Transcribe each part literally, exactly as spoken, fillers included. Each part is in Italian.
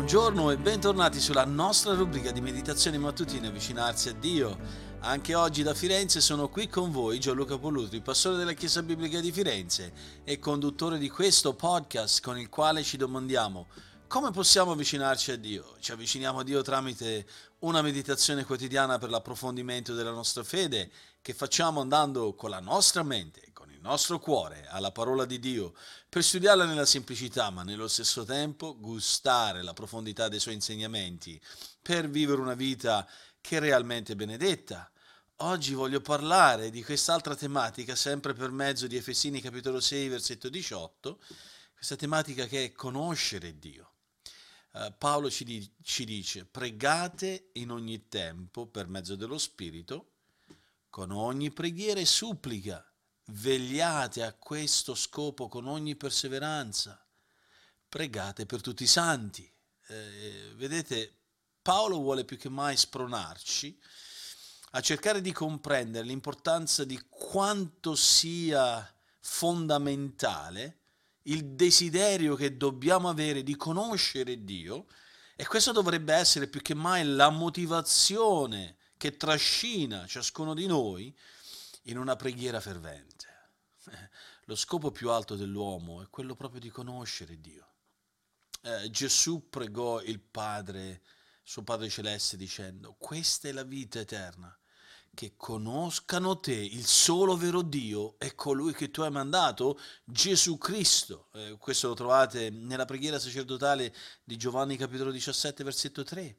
Buongiorno e bentornati sulla nostra rubrica di meditazioni mattutine Avvicinarsi a Dio. Anche oggi da Firenze sono qui con voi Gianluca Pollutri, pastore della Chiesa Biblica di Firenze e conduttore di questo podcast con il quale ci domandiamo: come possiamo avvicinarci a Dio? Ci avviciniamo a Dio tramite una meditazione quotidiana per l'approfondimento della nostra fede che facciamo andando con la nostra mente, con il nostro cuore alla parola di Dio, per studiarla nella semplicità, ma nello stesso tempo gustare la profondità dei suoi insegnamenti, per vivere una vita che è realmente benedetta. Oggi voglio parlare di quest'altra tematica, sempre per mezzo di Efesini capitolo sei, versetto diciotto, questa tematica che è conoscere Dio. Uh, Paolo ci, di- ci dice: pregate in ogni tempo per mezzo dello Spirito, con ogni preghiera e supplica, vegliate a questo scopo con ogni perseveranza, pregate per tutti i santi. Eh, vedete, Paolo vuole più che mai spronarci a cercare di comprendere l'importanza di quanto sia fondamentale il desiderio che dobbiamo avere di conoscere Dio, e questo dovrebbe essere più che mai la motivazione che trascina ciascuno di noi in una preghiera fervente. Lo scopo più alto dell'uomo è quello proprio di conoscere Dio. Eh, Gesù pregò il Padre, suo Padre Celeste, dicendo: questa è la vita eterna, che conoscano te, il solo vero Dio, e colui che tu hai mandato, Gesù Cristo. Eh, questo lo trovate nella preghiera sacerdotale di Giovanni capitolo diciassette, versetto tre.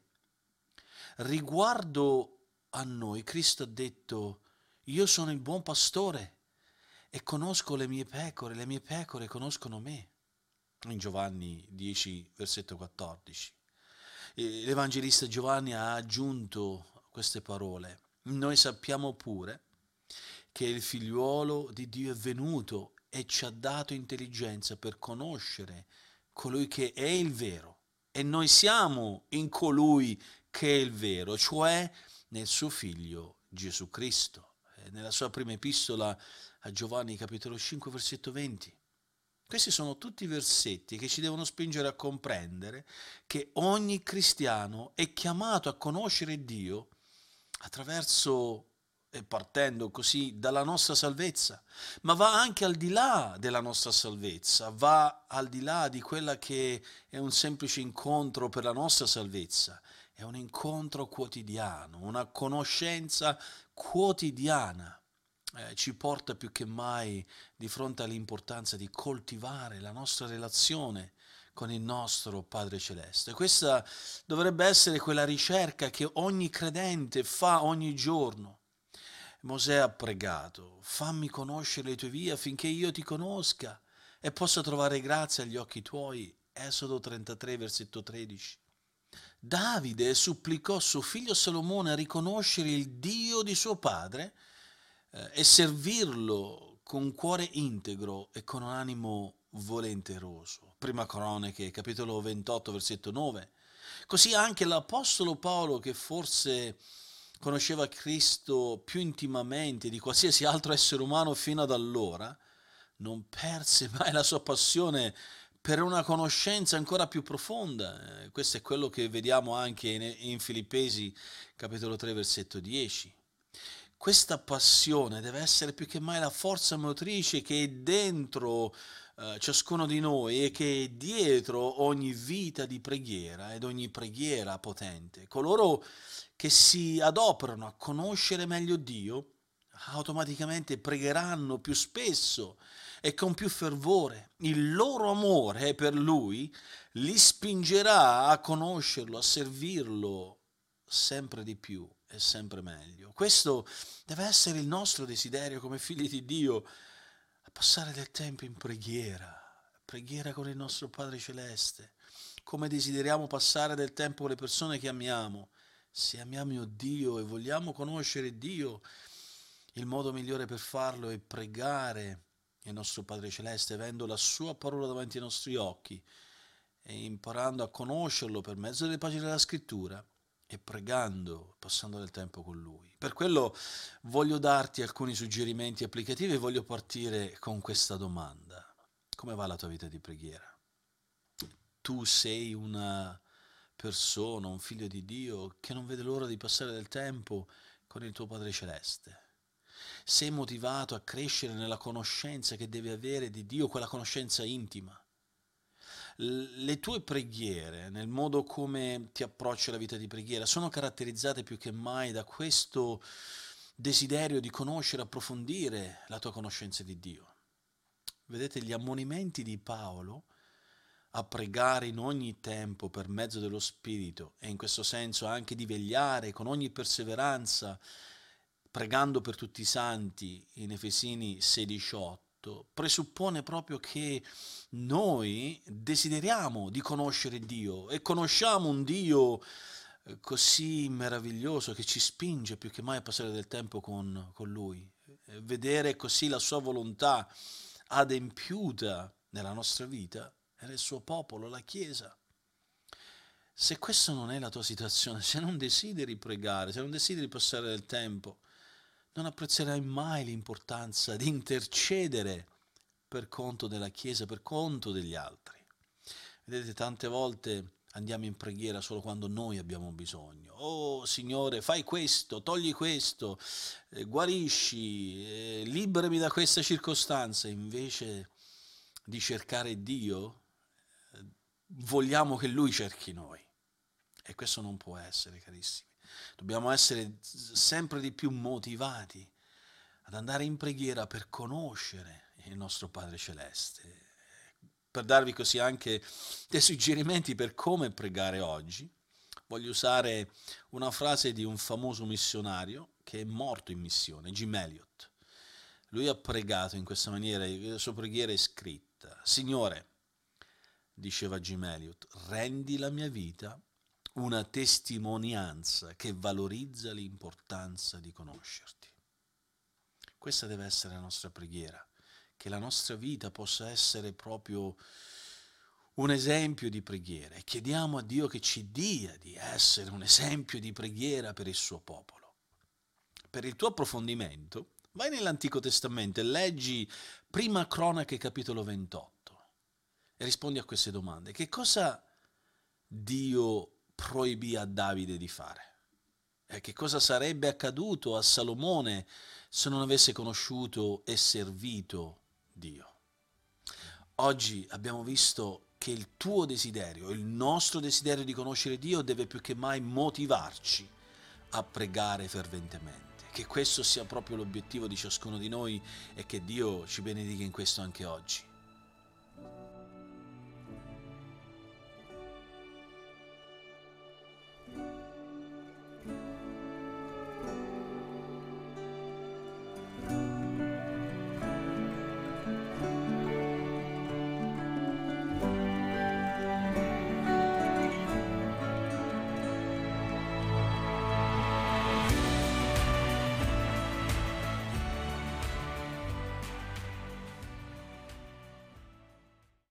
Riguardo a noi, Cristo ha detto: io sono il buon pastore e conosco le mie pecore, le mie pecore conoscono me. In Giovanni dieci, versetto quattordici. L'Evangelista Giovanni ha aggiunto queste parole: noi sappiamo pure che il figliuolo di Dio è venuto e ci ha dato intelligenza per conoscere colui che è il vero, e noi siamo in colui che è il vero, cioè nel suo figlio Gesù Cristo. Nella sua prima epistola a Giovanni capitolo cinque, versetto venti. Questi sono tutti versetti che ci devono spingere a comprendere che ogni cristiano è chiamato a conoscere Dio attraverso e partendo così dalla nostra salvezza, ma va anche al di là della nostra salvezza, va al di là di quella che è un semplice incontro per la nostra salvezza. È un incontro quotidiano, una conoscenza quotidiana. Eh, ci porta più che mai di fronte all'importanza di coltivare la nostra relazione con il nostro Padre Celeste. Questa dovrebbe essere quella ricerca che ogni credente fa ogni giorno. Mosè ha pregato: fammi conoscere le tue vie affinché io ti conosca e possa trovare grazia agli occhi tuoi. Esodo trentatré, versetto tredici. Davide supplicò suo figlio Salomone a riconoscere il Dio di suo padre eh, e servirlo con cuore integro e con un animo volenteroso. Prima Cronache, capitolo ventotto, versetto nove. Così anche l'Apostolo Paolo, che forse conosceva Cristo più intimamente di qualsiasi altro essere umano fino ad allora, non perse mai la sua passione per una conoscenza ancora più profonda. Eh, questo è quello che vediamo anche in, in Filippesi capitolo tre, versetto dieci. Questa passione deve essere più che mai la forza motrice che è dentro eh, ciascuno di noi e che è dietro ogni vita di preghiera ed ogni preghiera potente. Coloro che si adoperano a conoscere meglio Dio automaticamente pregheranno più spesso e con più fervore. Il loro amore per Lui li spingerà a conoscerlo, a servirlo sempre di più e sempre meglio. Questo deve essere il nostro desiderio come figli di Dio, a passare del tempo in preghiera, preghiera con il nostro Padre Celeste, come desideriamo passare del tempo con le persone che amiamo. Se amiamo Dio e vogliamo conoscere Dio, il modo migliore per farlo è pregare il nostro Padre Celeste, avendo la sua parola davanti ai nostri occhi e imparando a conoscerlo per mezzo delle pagine della Scrittura e pregando, passando del tempo con Lui. Per quello voglio darti alcuni suggerimenti applicativi e voglio partire con questa domanda: come va la tua vita di preghiera? Tu sei una persona, un figlio di Dio che non vede l'ora di passare del tempo con il tuo Padre Celeste. Sei motivato a crescere nella conoscenza che devi avere di Dio, quella conoscenza intima. Le tue preghiere, nel modo come ti approcci alla vita di preghiera, sono caratterizzate più che mai da questo desiderio di conoscere, approfondire la tua conoscenza di Dio. Vedete, gli ammonimenti di Paolo a pregare in ogni tempo per mezzo dello Spirito e in questo senso anche di vegliare con ogni perseveranza, pregando per tutti i santi in Efesini sei diciotto, presuppone proprio che noi desideriamo di conoscere Dio e conosciamo un Dio così meraviglioso che ci spinge più che mai a passare del tempo con, con Lui, vedere così la sua volontà adempiuta nella nostra vita e nel suo popolo, la Chiesa. Se questa non è la tua situazione, se non desideri pregare, se non desideri passare del tempo, non apprezzerai mai l'importanza di intercedere per conto della Chiesa, per conto degli altri. Vedete, tante volte andiamo in preghiera solo quando noi abbiamo bisogno. Oh Signore, fai questo, togli questo, eh, guarisci, eh, liberami da questa circostanza. Invece di cercare Dio, eh, vogliamo che Lui cerchi noi. E questo non può essere, carissimi. Dobbiamo essere sempre di più motivati ad andare in preghiera per conoscere il nostro Padre Celeste, per darvi così anche dei suggerimenti per come pregare oggi. Voglio usare una frase di un famoso missionario che è morto in missione, Jim Elliot. Lui ha pregato in questa maniera, la sua preghiera è scritta: Signore, diceva Jim Elliot, rendi la mia vita una testimonianza che valorizza l'importanza di conoscerti. Questa deve essere la nostra preghiera, che la nostra vita possa essere proprio un esempio di preghiera, e chiediamo a Dio che ci dia di essere un esempio di preghiera per il suo popolo. Per il tuo approfondimento, vai nell'Antico Testamento e leggi Prima Cronache capitolo ventotto e rispondi a queste domande. Che cosa Dio proibì a Davide di fare? E che cosa sarebbe accaduto a Salomone se non avesse conosciuto e servito Dio? Oggi abbiamo visto che il tuo desiderio, il nostro desiderio di conoscere Dio deve più che mai motivarci a pregare ferventemente. Che questo sia proprio l'obiettivo di ciascuno di noi e che Dio ci benedica in questo anche oggi.